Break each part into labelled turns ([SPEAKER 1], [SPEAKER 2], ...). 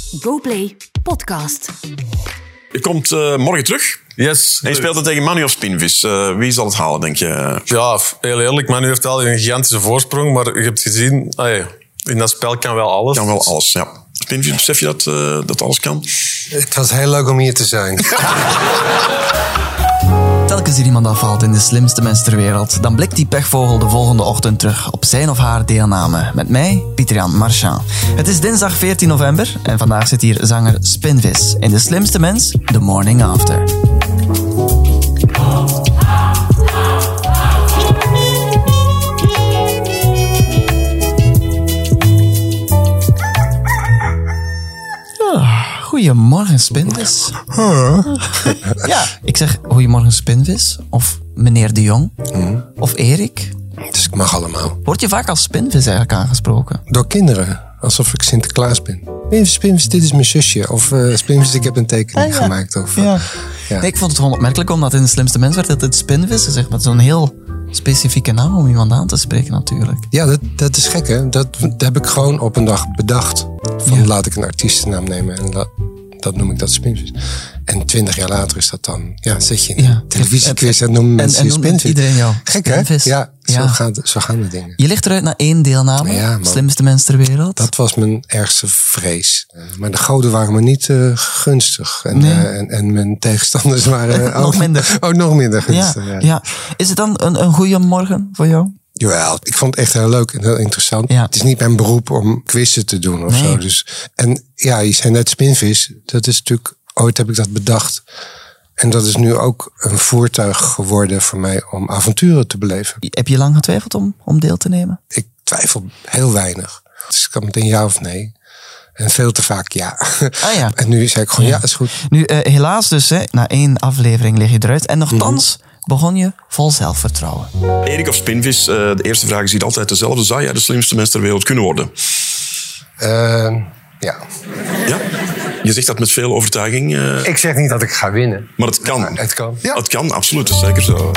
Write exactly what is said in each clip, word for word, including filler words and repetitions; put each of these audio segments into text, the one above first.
[SPEAKER 1] GoPlay Podcast.
[SPEAKER 2] Je komt uh, morgen terug.
[SPEAKER 3] Yes.
[SPEAKER 2] En je speelt het tegen Manu of Spinvis. Uh, wie zal het halen, denk je?
[SPEAKER 3] Ja, heel eerlijk. Manu heeft al een gigantische voorsprong. Maar je hebt gezien, ay, in dat spel kan wel alles.
[SPEAKER 2] Kan wel alles, ja. Spinvis, besef je dat, uh, dat alles kan?
[SPEAKER 4] Het was heel leuk om hier te zijn.
[SPEAKER 5] Telkens er iemand afvalt in de slimste mens ter wereld, dan blikt die pechvogel de volgende ochtend terug op zijn of haar deelname. Met mij, Pieter-Jan Marchand. Het is dinsdag veertien november en vandaag zit hier zanger Spinvis in de slimste mens, The Morning After. Goedemorgen, Spinvis.
[SPEAKER 4] Huh?
[SPEAKER 5] Ja, ik zeg goedemorgen, Spinvis. Of meneer De Jong.
[SPEAKER 4] Hmm.
[SPEAKER 5] Of Erik.
[SPEAKER 4] Dus ik mag allemaal.
[SPEAKER 5] Word je vaak als Spinvis eigenlijk aangesproken?
[SPEAKER 4] Door kinderen. Alsof ik Sinterklaas ben. Spinvis, Spinvis, dit is mijn zusje. Of uh, Spinvis, ik heb een tekening
[SPEAKER 5] ah, ja.
[SPEAKER 4] gemaakt. Of, uh,
[SPEAKER 5] ja.
[SPEAKER 4] Ja.
[SPEAKER 5] Nee, ik vond het gewoon opmerkelijk, omdat in de slimste mens werd het, het Spinvis gezegd. Met zo'n heel specifieke naam om iemand aan te spreken natuurlijk.
[SPEAKER 4] Ja, dat, dat is gek, hè. Dat, dat heb ik gewoon op een dag bedacht. Van ja. Laat ik een artiestennaam nemen en la, dat noem ik dat Spinvis. En twintig jaar later is dat dan... Ja, zet je in
[SPEAKER 5] ja.
[SPEAKER 4] een televisiequiz en noemen mensen je Spinvis.
[SPEAKER 5] Iedereen jou.
[SPEAKER 4] Gek,
[SPEAKER 5] Spinvis.
[SPEAKER 4] hè? Ja,
[SPEAKER 5] ja.
[SPEAKER 4] Zo, gaan, zo gaan de dingen.
[SPEAKER 5] Je ligt eruit naar één deelname. Ja, man, slimste mens ter wereld.
[SPEAKER 4] Dat was mijn ergste vrees. Maar de goden waren me niet uh, gunstig. En, nee. uh, en, en mijn tegenstanders waren...
[SPEAKER 5] Uh, nog ook, minder.
[SPEAKER 4] Oh, nog minder gunstig.
[SPEAKER 5] Ja,
[SPEAKER 4] ja.
[SPEAKER 5] ja. Is het dan een, een goede morgen voor jou?
[SPEAKER 4] Jawel, ik vond het echt heel leuk en heel interessant.
[SPEAKER 5] Ja.
[SPEAKER 4] Het is niet mijn beroep om quizzen te doen of nee. zo. Dus, en ja, je zei net Spinvis. Dat is natuurlijk... Ooit heb ik dat bedacht. En dat is nu ook een voertuig geworden voor mij om avonturen te beleven.
[SPEAKER 5] Heb je lang getwijfeld om, om deel te nemen?
[SPEAKER 4] Ik twijfel heel weinig. Dus ik had meteen ja of nee. En veel te vaak ja.
[SPEAKER 5] Ah, ja.
[SPEAKER 4] En nu zei ik gewoon ja, ja is goed.
[SPEAKER 5] Nu, uh, helaas dus, hè, na één aflevering lig je eruit. En nochtans mm-hmm. begon je vol zelfvertrouwen.
[SPEAKER 2] Erik of Spinvis, uh, de eerste vraag is hier altijd dezelfde. Zou jij de slimste mens ter wereld kunnen worden?
[SPEAKER 4] Uh, ja.
[SPEAKER 2] Ja? Je zegt dat met veel overtuiging. Uh...
[SPEAKER 4] Ik zeg niet dat ik ga winnen.
[SPEAKER 2] Maar het kan.
[SPEAKER 4] Ja, het kan. Ja.
[SPEAKER 2] Het kan, absoluut. Dat is zeker zo.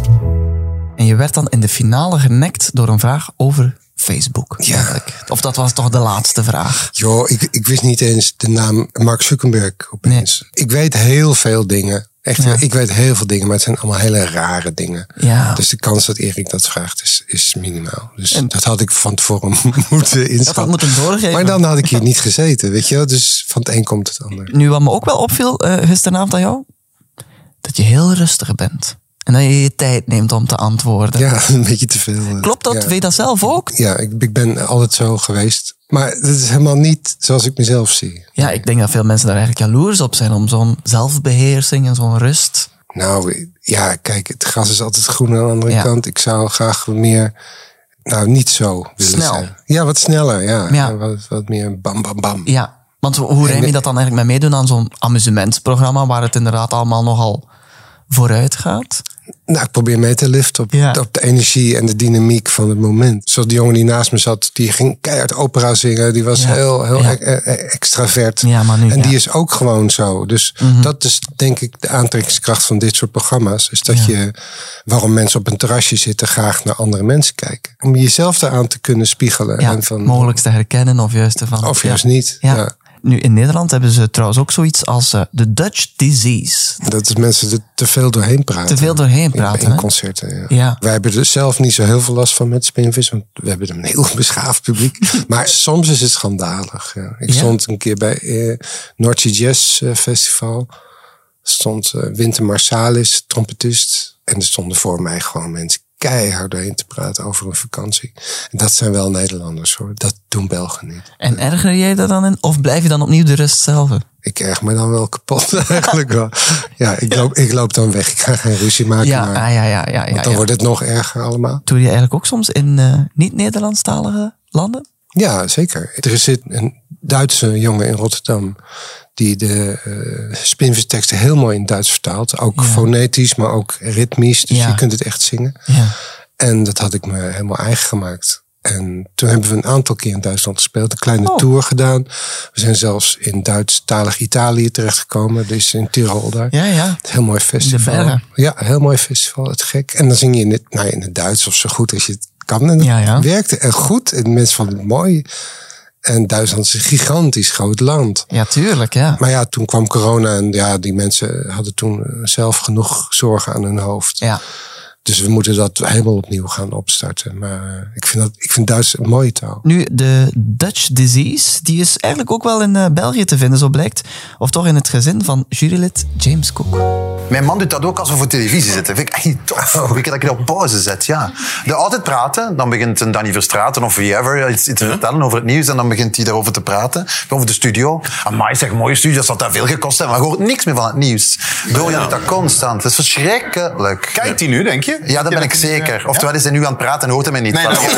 [SPEAKER 5] En je werd dan in de finale genekt door een vraag over Facebook.
[SPEAKER 4] Ja.
[SPEAKER 5] Eigenlijk. Of dat was toch de laatste vraag?
[SPEAKER 4] Joh, ik, ik wist niet eens de naam Mark Zuckerberg opeens. Nee. Ik weet heel veel dingen. Echt, ja. Ik weet heel veel dingen, maar het zijn allemaal hele rare dingen.
[SPEAKER 5] Ja.
[SPEAKER 4] Dus de kans dat Erik dat vraagt is, is minimaal. Dus en dat had ik van tevoren moeten inschatten.
[SPEAKER 5] Dat had moeten doorgeven.
[SPEAKER 4] Maar dan had ik hier niet gezeten, weet je wel. Dus van het een komt het ander.
[SPEAKER 5] Nu, wat me ook wel opviel uh, gisteravond aan jou, dat je heel rustig bent. En dat je je tijd neemt om te antwoorden.
[SPEAKER 4] Ja, een beetje te veel. Uh,
[SPEAKER 5] Klopt dat?
[SPEAKER 4] Ja.
[SPEAKER 5] Weet je dat zelf ook?
[SPEAKER 4] Ja, ik, ik ben altijd zo geweest. Maar het is helemaal niet zoals ik mezelf zie.
[SPEAKER 5] Ja, ik denk dat veel mensen daar eigenlijk jaloers op zijn. Om zo'n zelfbeheersing en zo'n rust.
[SPEAKER 4] Nou, ja, kijk, het gras is altijd groen aan de andere
[SPEAKER 5] ja.
[SPEAKER 4] kant. Ik zou graag meer, nou, niet zo willen
[SPEAKER 5] Snel.
[SPEAKER 4] zijn. Ja, wat sneller, ja.
[SPEAKER 5] ja.
[SPEAKER 4] Wat, wat meer bam, bam, bam.
[SPEAKER 5] Ja, want hoe rijm je dat dan eigenlijk mee meedoen aan zo'n amusementsprogramma waar het inderdaad allemaal nogal vooruit gaat?
[SPEAKER 4] Nou, ik probeer mee te liften op, ja. op de energie en de dynamiek van het moment. Zoals die jongen die naast me zat, die ging keihard opera zingen. Die was ja. heel, heel ja. e- e- extravert.
[SPEAKER 5] Ja, maar nu,
[SPEAKER 4] en
[SPEAKER 5] ja.
[SPEAKER 4] die is ook gewoon zo. Dus mm-hmm. dat is denk ik de aantrekkingskracht van dit soort programma's. Is dat ja. je, waarom mensen op een terrasje zitten, graag naar andere mensen kijken. Om jezelf daaraan te kunnen spiegelen.
[SPEAKER 5] Ja,
[SPEAKER 4] en van,
[SPEAKER 5] mogelijk te herkennen of juist ervan.
[SPEAKER 4] Of juist
[SPEAKER 5] ja.
[SPEAKER 4] niet,
[SPEAKER 5] ja.
[SPEAKER 4] ja.
[SPEAKER 5] Nu, in Nederland hebben ze trouwens ook zoiets als de uh, Dutch Disease.
[SPEAKER 4] Dat is mensen er te veel doorheen praten.
[SPEAKER 5] Te veel doorheen praten,
[SPEAKER 4] In, in concerten, ja.
[SPEAKER 5] ja.
[SPEAKER 4] Wij hebben er zelf niet zo heel veel last van met Spinvis, want we hebben een heel beschaafd publiek. Maar soms is het schandalig. Ja. Ik ja? stond een keer bij uh, North Sea Jazz Festival. Stond uh, Wynton Marsalis, trompetist. En er stonden voor mij gewoon mensen keihard doorheen te praten over een vakantie. En dat zijn wel Nederlanders hoor. Dat doen Belgen niet.
[SPEAKER 5] En erger jij daar dan in? Of blijf je dan opnieuw de rust zelf?
[SPEAKER 4] Ik erg me dan wel kapot eigenlijk wel. Ja, ik loop, ik loop dan weg. Ik ga geen ruzie maken.
[SPEAKER 5] Ja,
[SPEAKER 4] maar,
[SPEAKER 5] ah, ja, ja, ja, ja,
[SPEAKER 4] want dan
[SPEAKER 5] ja.
[SPEAKER 4] wordt het nog erger allemaal.
[SPEAKER 5] Doe je eigenlijk ook soms in uh, niet-Nederlandstalige landen?
[SPEAKER 4] Ja, zeker. Er zit een Duitse jongen in Rotterdam die de uh, Spinvis teksten heel mooi in Duits vertaalt. Ook ja. fonetisch, maar ook ritmisch. Dus ja. je kunt het echt zingen.
[SPEAKER 5] Ja.
[SPEAKER 4] En dat had ik me helemaal eigen gemaakt. En toen hebben we een aantal keer in Duitsland gespeeld. Een kleine
[SPEAKER 5] oh.
[SPEAKER 4] tour gedaan. We zijn zelfs in Duitsstalig Italië terechtgekomen. Dus in Tirol daar.
[SPEAKER 5] Ja, ja.
[SPEAKER 4] Heel mooi festival.
[SPEAKER 5] De bergen.
[SPEAKER 4] Ja, heel mooi festival. Het gek. En dan zing je in het, nou, in het Duits of zo goed als je het kan. En het
[SPEAKER 5] ja, ja.
[SPEAKER 4] werkte en goed. En mensen vonden het mooi. En Duitsland is een gigantisch groot land.
[SPEAKER 5] Ja, tuurlijk, ja.
[SPEAKER 4] Maar ja, toen kwam corona en ja, die mensen hadden toen zelf genoeg zorgen aan hun hoofd.
[SPEAKER 5] Ja.
[SPEAKER 4] Dus we moeten dat helemaal opnieuw gaan opstarten. Maar uh, ik vind, dat, ik vind Duits een mooie taal.
[SPEAKER 5] Nu, de Dutch disease, die is eigenlijk ook wel in uh, België te vinden, zo blijkt. Of toch in het gezin van jurylid James Cook.
[SPEAKER 6] Mijn man doet dat ook als we voor televisie zitten. Vind ik echt niet tof. Oh. Weet je dat ik dat op pauze zet, ja. De altijd praten, dan begint een Danny Verstraeten of whoever iets, iets te vertellen over het nieuws en dan begint hij daarover te praten. Over de studio. Amai, zeg, mooie studio, dat zal daar veel gekost hebben. Maar je hoort niks meer van het nieuws. Dorian doet dat constant. Het is verschrikkelijk.
[SPEAKER 7] Kijkt hij nu, denk je?
[SPEAKER 6] Ja, dat ben ik zeker. Oftewel is hij nu aan het praten en hoort hij mij niet.
[SPEAKER 7] Nee, dat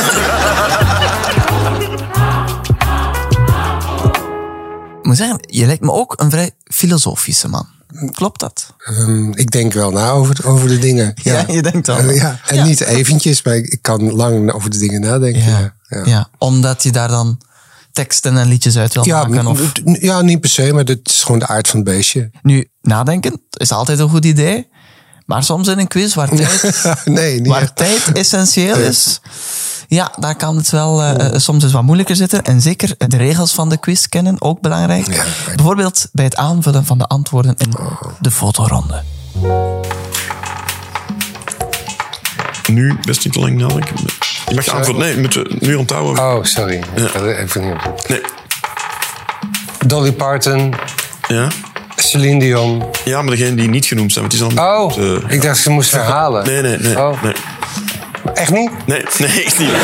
[SPEAKER 5] Ik moet zeggen, je lijkt me ook een vrij filosofische man. Klopt dat?
[SPEAKER 4] Um, ik denk wel na over, over de dingen.
[SPEAKER 5] Ja,
[SPEAKER 4] Ja,
[SPEAKER 5] je denkt al.
[SPEAKER 4] Uh, ja. En
[SPEAKER 5] Ja.
[SPEAKER 4] niet eventjes, maar ik kan lang over de dingen nadenken.
[SPEAKER 5] Ja.
[SPEAKER 4] Ja,
[SPEAKER 5] Ja.
[SPEAKER 4] ja.
[SPEAKER 5] Omdat je daar dan teksten en liedjes uit wil
[SPEAKER 4] Ja,
[SPEAKER 5] maken. Of...
[SPEAKER 4] n- ja, niet per se, maar dat is gewoon de aard van het beestje.
[SPEAKER 5] Nu, nadenken is altijd een goed idee. Maar soms in een quiz waar tijd,
[SPEAKER 4] nee, niet
[SPEAKER 5] waar
[SPEAKER 4] echt.
[SPEAKER 5] tijd essentieel is... Ja, daar kan het wel uh, soms eens wat moeilijker zitten. En zeker de regels van de quiz kennen, ook belangrijk.
[SPEAKER 4] Ja.
[SPEAKER 5] Bijvoorbeeld bij het aanvullen van de antwoorden in de fotoronde.
[SPEAKER 2] Nu best niet te lang nadenken. Je mag je antwoord... Nee, je moet uh, nu onthouden.
[SPEAKER 4] Oh, sorry. Ik had het even niet op.
[SPEAKER 2] Nee.
[SPEAKER 4] Dolly Parton,
[SPEAKER 2] Ja?
[SPEAKER 4] Celine Dion.
[SPEAKER 2] Ja, maar degene die niet genoemd zijn. Want die zijn
[SPEAKER 4] Oh,
[SPEAKER 2] allemaal, uh,
[SPEAKER 4] ik dacht ze moest herhalen.
[SPEAKER 2] Nee, nee, nee.
[SPEAKER 4] Oh.
[SPEAKER 2] Nee,
[SPEAKER 4] Echt niet?
[SPEAKER 2] nee, nee echt niet.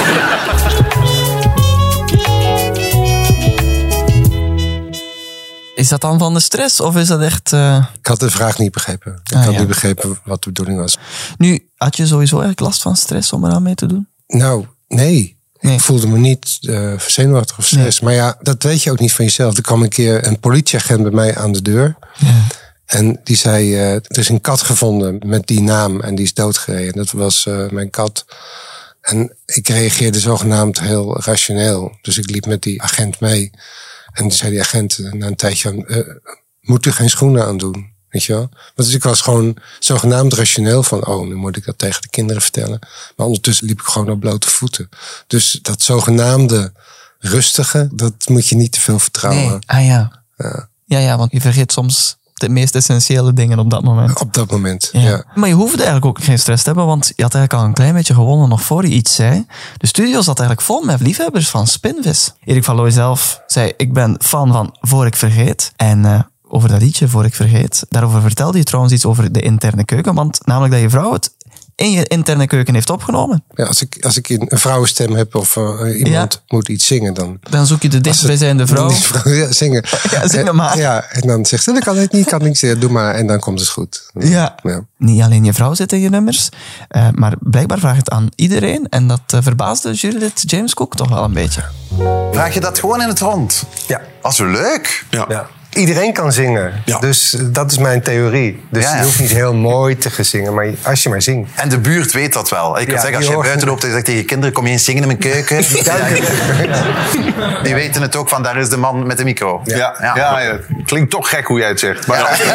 [SPEAKER 5] Is dat dan van de stress of is dat echt... Uh...
[SPEAKER 4] Ik had de vraag niet begrepen. Ik
[SPEAKER 5] Ah,
[SPEAKER 4] had
[SPEAKER 5] ja.
[SPEAKER 4] niet begrepen wat de bedoeling was.
[SPEAKER 5] Nu, had je sowieso eigenlijk last van stress om eraan mee te doen?
[SPEAKER 4] Nou, nee.
[SPEAKER 5] Nee.
[SPEAKER 4] Ik voelde me niet uh, zenuwachtig of stress. Maar ja, dat weet je ook niet van jezelf. Er kwam een keer een politieagent bij mij aan de deur.
[SPEAKER 5] Ja.
[SPEAKER 4] En die zei, uh, er is een kat gevonden met die naam en die is doodgereden. Dat was uh, mijn kat. En ik reageerde zogenaamd heel rationeel. Dus ik liep met die agent mee. En toen zei die agent uh, na een tijdje, uh, moet u geen schoenen aandoen? Weet je wel? Dus ik was gewoon zogenaamd rationeel van, oh, nu moet ik dat tegen de kinderen vertellen. Maar ondertussen liep ik gewoon op blote voeten. Dus dat zogenaamde rustige, dat moet je niet te veel vertrouwen.
[SPEAKER 5] Nee, ah ja.
[SPEAKER 4] Ja.
[SPEAKER 5] Ja, ja, want je vergeet soms de meest essentiële dingen op dat moment.
[SPEAKER 4] Op dat moment,
[SPEAKER 5] Ja.
[SPEAKER 4] ja.
[SPEAKER 5] Maar je hoefde eigenlijk ook geen stress te hebben, want je had eigenlijk al een klein beetje gewonnen nog voor je iets zei. De studio zat eigenlijk vol met liefhebbers van Spinvis. Erik van Looy zelf zei, ik ben fan van Voor ik vergeet. En uh, over dat liedje, Voor ik vergeet, daarover vertelde je trouwens iets over de interne keuken, want namelijk dat je vrouw het in je interne keuken heeft opgenomen.
[SPEAKER 4] Ja, als ik, als ik een vrouwenstem heb of uh, iemand
[SPEAKER 5] Ja.
[SPEAKER 4] moet iets zingen, dan...
[SPEAKER 5] Dan zoek je de dichtstbijzijnde vrouw.
[SPEAKER 4] Die vrouw ja, zingen.
[SPEAKER 5] Ja, zing
[SPEAKER 4] En-
[SPEAKER 5] maar.
[SPEAKER 4] Ja, en dan zegt ze, dat kan ik niet, kan ik niet. Doe maar, en dan komt het goed.
[SPEAKER 5] Ja.
[SPEAKER 4] Ja.
[SPEAKER 5] Niet alleen je vrouw zit in je nummers, uh, maar blijkbaar vraagt het aan iedereen. En dat uh, verbaasde jurylid James Cook toch wel een beetje.
[SPEAKER 6] Vraag je dat gewoon in het rond?
[SPEAKER 4] Ja.
[SPEAKER 6] Dat is leuk.
[SPEAKER 2] Ja.
[SPEAKER 4] Ja. Iedereen kan zingen.
[SPEAKER 2] Ja.
[SPEAKER 4] Dus uh, dat is mijn theorie. Dus
[SPEAKER 6] Ja, ja.
[SPEAKER 4] je hoeft niet heel mooi te gaan zingen, maar als je maar zingt.
[SPEAKER 6] En de buurt weet dat wel. Ik kan
[SPEAKER 4] Ja,
[SPEAKER 6] zeggen, als
[SPEAKER 4] die
[SPEAKER 6] je
[SPEAKER 4] hoort-
[SPEAKER 6] buiten loopt en je zegt tegen je kinderen, kom je eens zingen in mijn keuken. Ja, die weten het ook van, daar is de man met de micro.
[SPEAKER 7] Ja, ja.
[SPEAKER 6] Ja.
[SPEAKER 7] ja, klinkt toch gek hoe jij het zegt. Maar
[SPEAKER 6] Ja.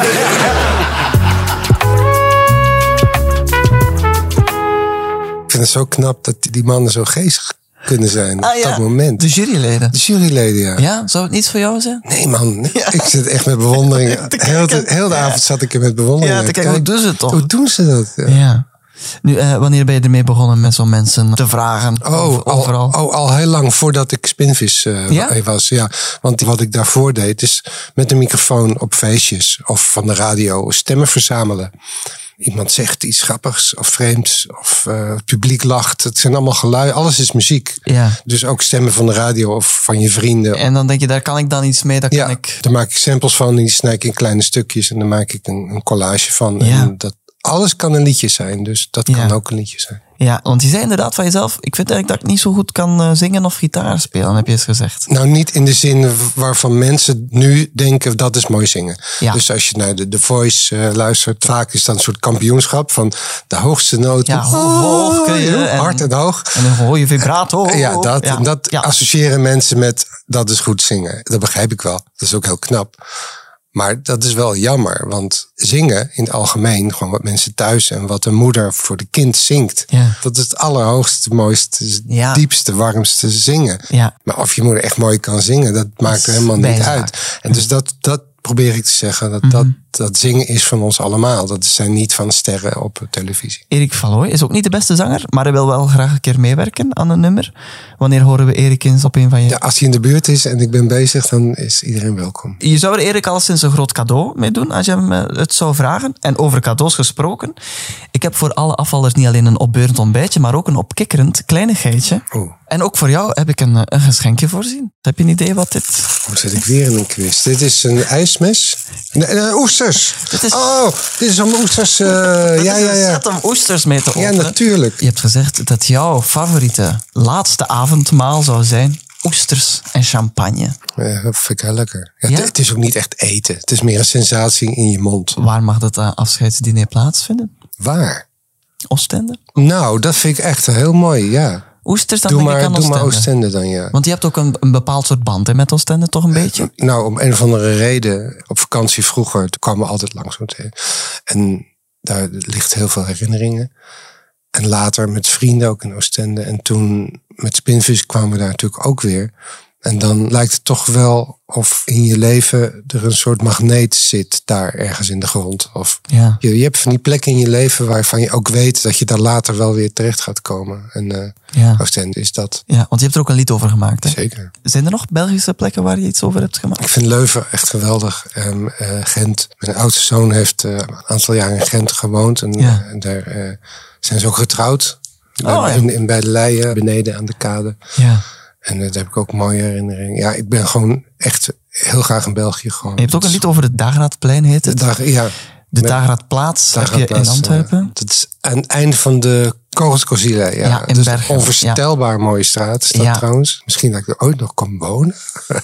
[SPEAKER 4] Ik vind het zo knap dat die mannen zo geestig kunnen zijn
[SPEAKER 5] Ah,
[SPEAKER 4] op
[SPEAKER 5] ja.
[SPEAKER 4] dat moment.
[SPEAKER 5] De juryleden.
[SPEAKER 4] De juryleden, ja.
[SPEAKER 5] Ja, zou het niets voor jou zijn?
[SPEAKER 4] Nee, man. Ik zit echt met bewondering. Heel de, heel de avond zat ik er met bewondering.
[SPEAKER 5] Ja, te kijken, hoe doen ze het toch?
[SPEAKER 4] Hoe doen ze dat? Ja.
[SPEAKER 5] Ja. Nu, uh, wanneer ben je ermee begonnen met zo'n mensen te vragen?
[SPEAKER 4] Oh,
[SPEAKER 5] Over-
[SPEAKER 4] al,
[SPEAKER 5] overal.
[SPEAKER 4] oh, al heel lang voordat ik Spinvis uh,
[SPEAKER 5] Ja?
[SPEAKER 4] was. Ja. Want wat ik daarvoor deed, is met een microfoon op feestjes of van de radio stemmen verzamelen. Iemand zegt iets grappigs of vreemds of uh, het publiek lacht. Het zijn allemaal geluiden. Alles is muziek.
[SPEAKER 5] Ja.
[SPEAKER 4] Dus ook stemmen van de radio of van je vrienden.
[SPEAKER 5] En dan denk je, daar kan ik dan iets mee, daar
[SPEAKER 4] Ja,
[SPEAKER 5] kan ik...
[SPEAKER 4] daar maak ik samples van. Die snij ik in kleine stukjes en dan maak ik een, een collage van.
[SPEAKER 5] Ja.
[SPEAKER 4] En dat, alles kan een liedje zijn. Dus dat
[SPEAKER 5] Ja.
[SPEAKER 4] kan ook een liedje zijn.
[SPEAKER 5] Ja, want je zei inderdaad van jezelf, ik vind eigenlijk dat ik niet zo goed kan uh, zingen of gitaar spelen, heb je eens gezegd.
[SPEAKER 4] Nou, niet in de zin waarvan mensen nu denken dat is mooi zingen.
[SPEAKER 5] Ja.
[SPEAKER 4] Dus als je naar de The Voice uh, luistert, vaak is dat een soort kampioenschap van de hoogste noot.
[SPEAKER 5] Ja, hoog, hoog kun je,
[SPEAKER 4] heel
[SPEAKER 5] en-
[SPEAKER 4] hard en hoog.
[SPEAKER 5] En dan hoor je vibrato.
[SPEAKER 4] Ja, dat,
[SPEAKER 5] Ja.
[SPEAKER 4] en dat
[SPEAKER 5] Ja.
[SPEAKER 4] associëren mensen met dat is goed zingen. Dat begrijp ik wel. Dat is ook heel knap. Maar dat is wel jammer, want zingen in het algemeen, gewoon wat mensen thuis en wat een moeder voor de kind zingt.
[SPEAKER 5] Ja.
[SPEAKER 4] Dat is het allerhoogste, mooiste,
[SPEAKER 5] Ja.
[SPEAKER 4] diepste, warmste zingen.
[SPEAKER 5] Ja.
[SPEAKER 4] Maar of je moeder echt mooi kan zingen, dat maakt er helemaal niet
[SPEAKER 5] bijzaak.
[SPEAKER 4] uit. En dus dat, dat probeer ik te zeggen, dat, dat, dat zingen is van ons allemaal. Dat zijn niet van sterren op televisie.
[SPEAKER 5] Erik Valoy is ook niet de beste zanger, maar hij wil wel graag een keer meewerken aan een nummer. Wanneer horen we Erik eens op een van je...
[SPEAKER 4] Ja, als hij in de buurt is en ik ben bezig, dan is iedereen welkom.
[SPEAKER 5] Je zou er Erik al sinds een groot cadeau mee doen als je hem eh, het zou vragen. En over cadeaus gesproken. Ik heb voor alle afvallers niet alleen een opbeurend ontbijtje, maar ook een opkikkerend kleinigheidje.
[SPEAKER 4] Oeh.
[SPEAKER 5] En ook voor jou heb ik een, eh, een geschenkje voorzien. Heb je een idee wat dit...
[SPEAKER 4] Hoe zit ik weer in een quiz? Dit is een ijsmes? Nee, nee, oesters.
[SPEAKER 5] Dit is-
[SPEAKER 4] Oh, dit is om oesters. Uh,
[SPEAKER 5] Dit
[SPEAKER 4] ja,
[SPEAKER 5] is
[SPEAKER 4] ja,
[SPEAKER 5] een
[SPEAKER 4] ja.
[SPEAKER 5] set om oesters mee te
[SPEAKER 4] Ja,
[SPEAKER 5] openen.
[SPEAKER 4] natuurlijk.
[SPEAKER 5] Je hebt gezegd dat jouw favoriete laatste avondmaal zou zijn oesters en champagne.
[SPEAKER 4] Ja, dat vind ik heel lekker. Ja,
[SPEAKER 5] Ja?
[SPEAKER 4] het, het is ook niet echt eten. Het is meer een sensatie in je mond.
[SPEAKER 5] Waar mag dat uh, afscheidsdiner plaatsvinden?
[SPEAKER 4] Waar?
[SPEAKER 5] Oostende?
[SPEAKER 4] Nou, dat vind ik echt heel mooi, ja.
[SPEAKER 5] Oesters, dan
[SPEAKER 4] Doe
[SPEAKER 5] denk ik
[SPEAKER 4] maar,
[SPEAKER 5] aan
[SPEAKER 4] doe
[SPEAKER 5] Oostende.
[SPEAKER 4] maar Oostende dan, ja.
[SPEAKER 5] Want je hebt ook een, een bepaald soort band hè, met Oostende, toch een beetje?
[SPEAKER 4] Nou, om een of andere reden, op vakantie vroeger, toen kwamen we altijd langs. En daar ligt heel veel herinneringen. En later met vrienden ook in Oostende. En toen met Spinvis kwamen we daar natuurlijk ook weer. En dan lijkt het toch wel of in je leven er een soort magneet zit daar ergens in de grond. Of
[SPEAKER 5] Ja.
[SPEAKER 4] je, je hebt van die plekken in je leven waarvan je ook weet dat je daar later wel weer terecht gaat komen. En uh,
[SPEAKER 5] Ja.
[SPEAKER 4] Oostende is dat.
[SPEAKER 5] Ja, want je hebt er ook een lied over gemaakt. Hè?
[SPEAKER 4] Zeker.
[SPEAKER 5] Zijn er nog Belgische plekken waar je iets over hebt gemaakt?
[SPEAKER 4] Ik vind Leuven echt geweldig. Um, uh, Gent. Mijn oudste zoon heeft uh, een aantal jaar in Gent gewoond. En,
[SPEAKER 5] Ja.
[SPEAKER 4] en daar uh, zijn ze ook getrouwd.
[SPEAKER 5] Oh, ja.
[SPEAKER 4] in, in, bij de Leien, beneden aan de kade.
[SPEAKER 5] Ja.
[SPEAKER 4] En uh, daar heb ik ook mooie herinneringen. Ja, ik ben gewoon echt heel graag in België gewoon.
[SPEAKER 5] Je hebt ook een lied over het Dagraadplein, heet
[SPEAKER 4] De
[SPEAKER 5] het?
[SPEAKER 4] dag, ja.
[SPEAKER 5] De
[SPEAKER 4] Met-
[SPEAKER 5] Dagraadplaats heb je in
[SPEAKER 4] Dagraadplaats,
[SPEAKER 5] Antwerpen.
[SPEAKER 4] uh, dat is aan het einde van de Kogelskozile. Ja,
[SPEAKER 5] Ja, in
[SPEAKER 4] dus
[SPEAKER 5] Bergen,
[SPEAKER 4] een onvoorstelbaar mooie straat is dat
[SPEAKER 5] Ja.
[SPEAKER 4] trouwens. Misschien dat ik er ooit nog kan wonen.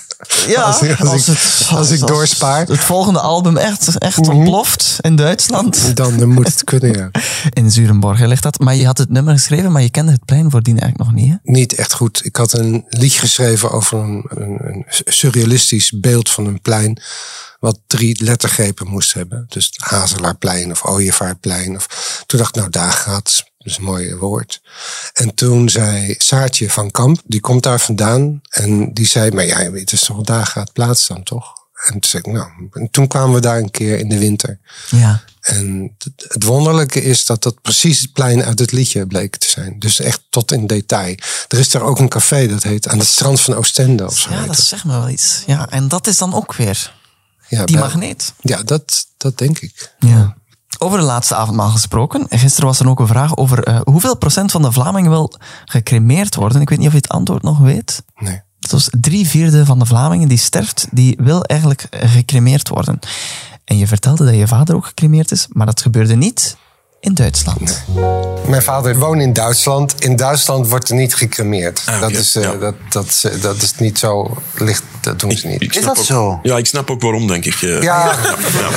[SPEAKER 5] Ja,
[SPEAKER 4] Als ik- als ik- als ik doorspaar.
[SPEAKER 5] Het volgende album echt, echt
[SPEAKER 4] Mhm.
[SPEAKER 5] ontploft in Duitsland.
[SPEAKER 4] Dan, dan moet het kunnen, ja.
[SPEAKER 5] In Zurenborg ligt dat. Maar je had het nummer geschreven, maar je kende het plein voordien eigenlijk nog niet. Hè?
[SPEAKER 4] Niet echt goed. Ik had een liedje geschreven over een, een, een surrealistisch beeld van een plein. Wat drie lettergrepen moest hebben. Dus Hazelaarplein of Ooievaarplein. Of, toen dacht ik, nou, Dagraad, dat is een mooi woord. En toen zei Saartje van Kamp, die komt daar vandaan. En die zei, maar ja, het is toch een Dagraadplaats dan toch? En toen zei ik, nou, en toen kwamen we daar een keer in de winter.
[SPEAKER 5] Ja.
[SPEAKER 4] En het- het wonderlijke is dat dat precies het plein uit het liedje bleek te zijn. Dus echt tot in detail. Er is daar ook een café, dat heet Aan het strand van Oostende of zo.
[SPEAKER 5] Ja,
[SPEAKER 4] heet
[SPEAKER 5] dat
[SPEAKER 4] het.
[SPEAKER 5] zegt me wel iets. Ja, en dat is dan ook weer
[SPEAKER 4] Ja,
[SPEAKER 5] die
[SPEAKER 4] bij-
[SPEAKER 5] magneet.
[SPEAKER 4] Ja, dat, dat denk ik.
[SPEAKER 5] Ja. Over de laatste avondmaal gesproken. Gisteren was er ook een vraag over uh, hoeveel procent van de Vlamingen wil gecremeerd worden. Ik weet niet of je het antwoord nog weet.
[SPEAKER 4] Nee.
[SPEAKER 5] Het was drie vierde van de Vlamingen die sterft, die wil eigenlijk eh, gecremeerd worden. En je vertelde dat je vader ook gecremeerd is, maar dat gebeurde niet in Duitsland.
[SPEAKER 4] Mijn vader woont in Duitsland. In Duitsland wordt er niet gecremeerd.
[SPEAKER 2] Ah, oké,
[SPEAKER 4] dat, is, eh,
[SPEAKER 2] ja.
[SPEAKER 4] dat, dat, is- dat is niet zo licht. Dat doen ze niet.
[SPEAKER 2] Ik
[SPEAKER 6] Is
[SPEAKER 2] snap
[SPEAKER 6] dat
[SPEAKER 2] ook-
[SPEAKER 6] zo?
[SPEAKER 2] Ja, ik snap ook waarom, denk ik. eh.
[SPEAKER 4] Ja.
[SPEAKER 2] ja.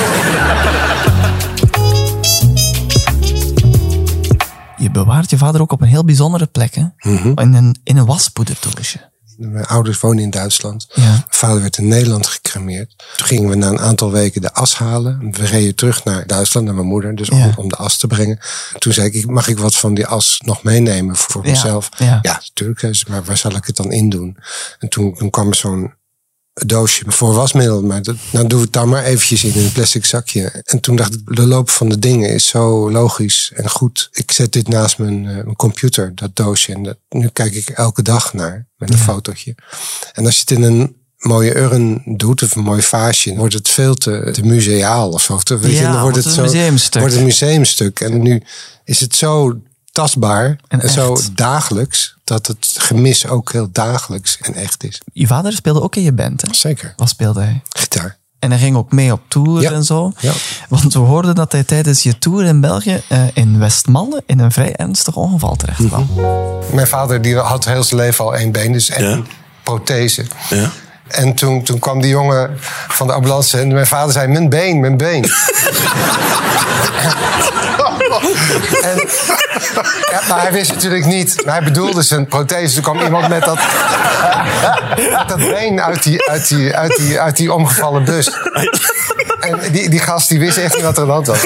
[SPEAKER 5] Je bewaart je vader ook op een heel bijzondere plek, hè?
[SPEAKER 4] Mhm.
[SPEAKER 5] in, een, in een waspoederdoosje.
[SPEAKER 4] Mijn ouders wonen in Duitsland.
[SPEAKER 5] Ja.
[SPEAKER 4] Mijn vader werd in Nederland gecremeerd. Toen gingen we na een aantal weken de as halen. We reden terug naar Duitsland, naar mijn moeder. Dus om,
[SPEAKER 5] Ja.
[SPEAKER 4] om de as te brengen. Toen zei ik, mag ik wat van die as nog meenemen voor
[SPEAKER 5] Ja,
[SPEAKER 4] mezelf?
[SPEAKER 5] ja.
[SPEAKER 4] Ja, natuurlijk. zei ze, maar waar zal ik het dan in doen? En toen, toen kwam er zo'n doosje voor wasmiddel. Maar dat, nou doe het daar maar eventjes in, in een plastic zakje. En toen dacht ik, de loop van de dingen is zo logisch en goed. Ik zet dit naast mijn, uh, mijn computer, dat doosje. En dat, nu kijk ik elke dag naar, met een
[SPEAKER 5] Ja.
[SPEAKER 4] fotootje. En als je het in een mooie urn doet, of een mooi vaasje, dan wordt het veel te, te museaal of zo. Of te- weet je,
[SPEAKER 5] Ja,
[SPEAKER 4] dan wordt
[SPEAKER 5] wordt
[SPEAKER 4] het
[SPEAKER 5] het
[SPEAKER 4] zo,
[SPEAKER 5] een museumstuk.
[SPEAKER 4] Wordt het een museumstuk. En nu is het zo tastbaar
[SPEAKER 5] En
[SPEAKER 4] en, zo
[SPEAKER 5] echt.
[SPEAKER 4] dagelijks, dat het gemis ook heel dagelijks en echt is.
[SPEAKER 5] Je vader speelde ook in je band, hè?
[SPEAKER 4] Zeker.
[SPEAKER 5] Wat speelde hij?
[SPEAKER 4] Gitaar.
[SPEAKER 5] En hij ging ook mee op tour
[SPEAKER 4] Ja.
[SPEAKER 5] en zo.
[SPEAKER 4] Ja.
[SPEAKER 5] Want we hoorden dat hij tijdens je tour in België uh, in Westmalle in een vrij ernstig ongeval terecht kwam.
[SPEAKER 4] Mijn vader die had heel zijn leven al één been, dus één
[SPEAKER 2] Ja.
[SPEAKER 4] prothese.
[SPEAKER 2] Ja.
[SPEAKER 4] En toen, toen kwam die jongen van de ambulance en mijn vader zei, mijn been, mijn been. En, ja, maar hij wist natuurlijk niet. Hij bedoelde zijn prothese. Toen kwam iemand met dat, met dat been uit die, uit, die, uit, die, uit die omgevallen bus. En die, die gast die wist echt niet wat er aan de hand was.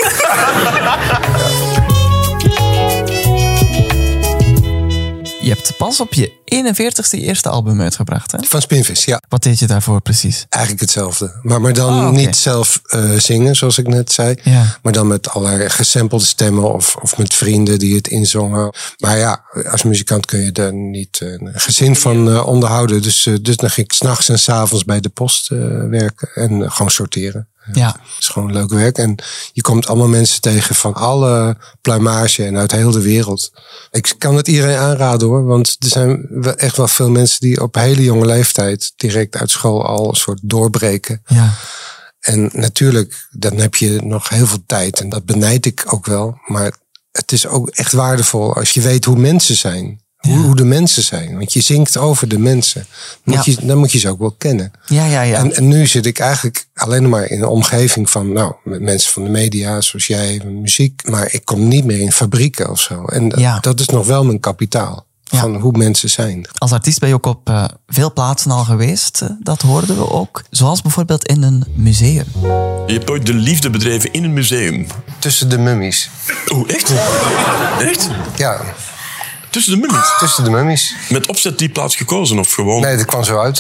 [SPEAKER 5] Je hebt pas op je eenenveertigste je eerste album uitgebracht, hè?
[SPEAKER 4] Van Spinvis, ja.
[SPEAKER 5] Wat deed je daarvoor precies?
[SPEAKER 4] Eigenlijk hetzelfde. Maar, maar dan
[SPEAKER 5] Oh, okay.
[SPEAKER 4] niet zelf uh, zingen, zoals ik net zei.
[SPEAKER 5] Ja.
[SPEAKER 4] Maar dan met allerlei gesampelde stemmen of, of met vrienden die het inzongen. Maar ja, als muzikant kun je daar niet uh, een gezin van uh, onderhouden. Dus, uh, dus dan ging ik 's nachts en 's avonds bij de post uh, werken en uh, gewoon sorteren.
[SPEAKER 5] Ja.
[SPEAKER 4] Het is gewoon leuk werk. En je komt allemaal mensen tegen van alle pluimage en uit heel de wereld. Ik kan het iedereen aanraden hoor. Want er zijn echt wel veel mensen die op hele jonge leeftijd direct uit school al een soort doorbreken.
[SPEAKER 5] Ja.
[SPEAKER 4] En natuurlijk, dan heb je nog heel veel tijd. En dat benijd ik ook wel. Maar het is ook echt waardevol als je weet hoe mensen zijn. Hoe, hoe de mensen zijn. Want je zingt over de mensen. Dan moet,
[SPEAKER 5] Ja.
[SPEAKER 4] je, dan moet je ze ook wel kennen.
[SPEAKER 5] Ja, ja, ja.
[SPEAKER 4] En, en nu zit ik eigenlijk alleen maar in een omgeving van, nou, met mensen van de media, zoals jij, muziek. Maar ik kom niet meer in fabrieken of zo. En dat,
[SPEAKER 5] Ja.
[SPEAKER 4] dat is nog wel mijn kapitaal.
[SPEAKER 5] Ja.
[SPEAKER 4] Van hoe mensen zijn.
[SPEAKER 5] Als artiest ben je ook op uh, veel plaatsen al geweest. Uh, dat hoorden we ook. Zoals bijvoorbeeld in een museum.
[SPEAKER 2] Je hebt ooit de liefde bedreven in een museum.
[SPEAKER 4] Tussen de mummies.
[SPEAKER 2] Oh, echt? Echt?
[SPEAKER 4] Ja,
[SPEAKER 2] Tussen de mummies?
[SPEAKER 4] tussen de mummies.
[SPEAKER 2] Met opzet die plaats gekozen of gewoon?
[SPEAKER 4] Nee, dat kwam zo uit.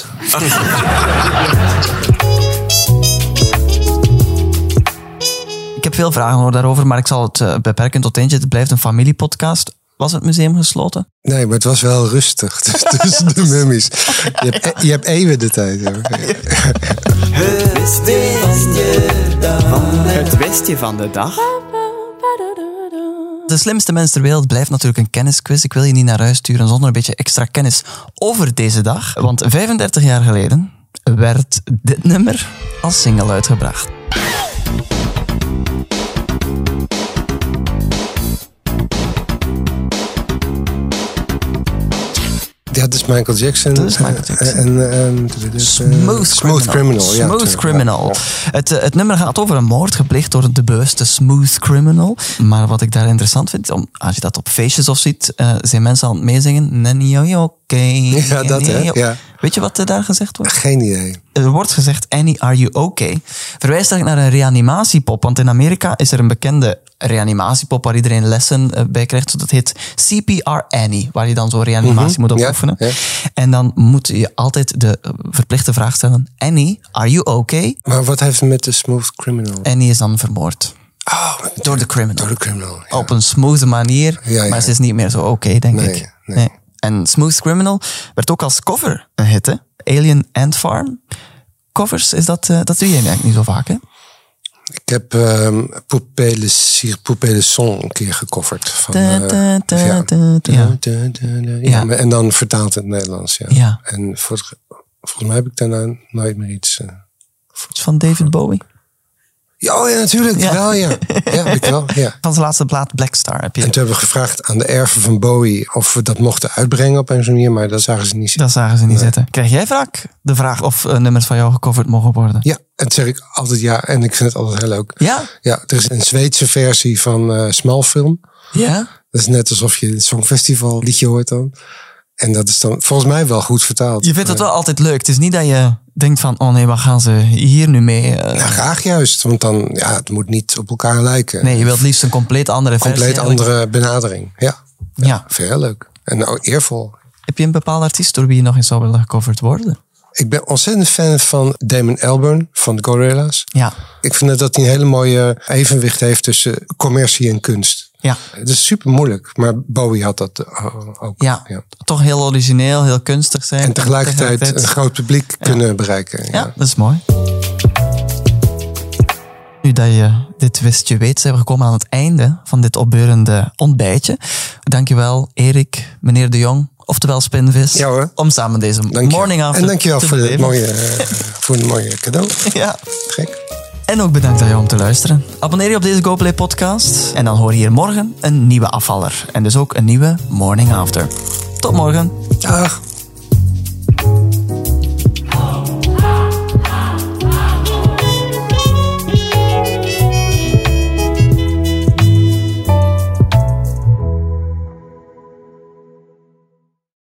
[SPEAKER 5] Ik heb veel vragen hoor daarover, maar ik zal het uh, beperken tot eentje. Het blijft een familiepodcast. Was het museum gesloten?
[SPEAKER 4] Nee, maar het was wel rustig tussen, tussen de mummies. Je hebt, je hebt eeuwen de tijd. Hoor.
[SPEAKER 8] Het westje van de dag.
[SPEAKER 5] De slimste mens ter wereld blijft natuurlijk een kennisquiz. Ik wil je niet naar huis sturen zonder een beetje extra kennis over deze dag. Want vijfendertig jaar geleden werd dit nummer als single uitgebracht.
[SPEAKER 4] Ja, dat is Michael Jackson.
[SPEAKER 5] Dat is Michael Jackson.
[SPEAKER 4] En, um,
[SPEAKER 5] Smooth,
[SPEAKER 4] Smooth Criminal. Ja,
[SPEAKER 5] Smooth
[SPEAKER 4] tuurlijk.
[SPEAKER 5] Criminal.
[SPEAKER 4] Ja.
[SPEAKER 5] Het, uh, het nummer gaat over een moord gepleegd door de bewuste Smooth Criminal. Maar wat ik daar interessant vind, om, als je dat op feestjes of ziet, uh, zijn mensen aan het meezingen. Nanny, oké. Okay.
[SPEAKER 4] Ja, dat hè. Ja.
[SPEAKER 5] Weet je wat er daar gezegd wordt?
[SPEAKER 4] Geen idee.
[SPEAKER 5] Er wordt gezegd, Annie, are you okay? Verwijst eigenlijk naar een reanimatiepop. Want in Amerika is er een bekende reanimatiepop waar iedereen lessen uh, bij krijgt. Dat heet C P R Annie, waar je dan zo reanimatie
[SPEAKER 4] Mm-hmm.
[SPEAKER 5] moet
[SPEAKER 4] Ja,
[SPEAKER 5] oefenen.
[SPEAKER 4] ja.
[SPEAKER 5] En dan moet je altijd de uh, verplichte vraag stellen, Annie, are you okay?
[SPEAKER 4] Maar wat heeft het met de Smooth Criminal?
[SPEAKER 5] Annie is dan vermoord.
[SPEAKER 4] Oh,
[SPEAKER 5] Door de criminal.
[SPEAKER 4] Door de criminal. Ja.
[SPEAKER 5] Op een smooth manier,
[SPEAKER 4] Ja, ja.
[SPEAKER 5] maar ze is niet meer zo oké, denk
[SPEAKER 4] Nee,
[SPEAKER 5] ik.
[SPEAKER 4] nee.
[SPEAKER 5] En Smooth Criminal werd ook als cover een hit, hè? Alien Ant Farm. Covers, is dat, uh, dat doe je eigenlijk niet zo vaak, hè?
[SPEAKER 4] Ik heb um, Poupée le Cire, Poupée le Son een keer gecoverd. Van,
[SPEAKER 5] Da,
[SPEAKER 4] uh,
[SPEAKER 5] da, da,
[SPEAKER 4] ja.
[SPEAKER 5] da, da.
[SPEAKER 4] Da, da, da, da. Ja,
[SPEAKER 5] Ja.
[SPEAKER 4] maar- En dan vertaald in het Nederlands. Ja.
[SPEAKER 5] Ja.
[SPEAKER 4] En voor, het- volgens mij heb ik daarna nooit meer iets. Uh,
[SPEAKER 5] Iets van David Bowie.
[SPEAKER 4] ja, oh ja, natuurlijk.
[SPEAKER 5] Ja.
[SPEAKER 4] Wel, ja. Ja, heb ik wel. Ja.
[SPEAKER 5] Van zijn laatste plaat Black Star heb je.
[SPEAKER 4] En toen hebben we gevraagd aan de erven van Bowie of we dat mochten uitbrengen op een zo'n manier, maar dat zagen ze niet zitten.
[SPEAKER 5] Dat zagen ze niet zitten. Krijg jij vaak de vraag of uh, nummers van jou gecoverd mogen worden?
[SPEAKER 4] Ja, en dat zeg ik altijd ja. En ik vind het altijd heel leuk.
[SPEAKER 5] Ja?
[SPEAKER 4] Ja, er is een Zweedse versie van uh, Smalfilm.
[SPEAKER 5] Ja?
[SPEAKER 4] Dat is net alsof je het Songfestival liedje hoort dan. En dat is dan volgens mij wel goed vertaald.
[SPEAKER 5] Je vindt het wel altijd leuk. Het is niet dat je denkt van, oh nee, wat gaan ze hier nu mee? Uh,
[SPEAKER 4] Nou, graag juist. Want dan, ja, het moet niet op elkaar lijken.
[SPEAKER 5] nee, je wilt liefst een compleet andere versie.
[SPEAKER 4] Compleet
[SPEAKER 5] eigenlijk.
[SPEAKER 4] andere benadering. Ja,
[SPEAKER 5] Ja.
[SPEAKER 4] vind ik heel leuk. En ook eervol.
[SPEAKER 5] Heb je een bepaalde artiest door wie je nog eens zou willen gecoverd worden?
[SPEAKER 4] Ik ben ontzettend fan van Damon Albarn van de Gorillaz.
[SPEAKER 5] Ja.
[SPEAKER 4] Ik vind dat hij een hele mooie evenwicht heeft tussen commercie en kunst.
[SPEAKER 5] Ja.
[SPEAKER 4] Het is super moeilijk, maar Bowie had dat uh, ook.
[SPEAKER 5] Ja.
[SPEAKER 4] Ja.
[SPEAKER 5] Toch heel origineel, heel kunstig zijn.
[SPEAKER 4] En tegelijkertijd een groot publiek kunnen bereiken.
[SPEAKER 5] Ja,
[SPEAKER 4] Ja.
[SPEAKER 5] dat is mooi. Nu dat je dit wist, je weet, zijn we gekomen aan het einde van dit opbeurende ontbijtje. Dankjewel, Erik, meneer De Jong, oftewel Spinvis,
[SPEAKER 4] Ja hoor.
[SPEAKER 5] om samen deze
[SPEAKER 4] Dank je.
[SPEAKER 5] morning after
[SPEAKER 4] En dankjewel
[SPEAKER 5] te
[SPEAKER 4] voor het
[SPEAKER 5] beleven.
[SPEAKER 4] mooie, uh, voor het mooie cadeau.
[SPEAKER 5] Ja.
[SPEAKER 4] Gek.
[SPEAKER 5] En ook bedankt aan jou om te luisteren. Abonneer je op deze GoPlay podcast en dan hoor je hier morgen een nieuwe afvaller. En dus ook een nieuwe Morning After. Tot morgen.
[SPEAKER 4] Dag.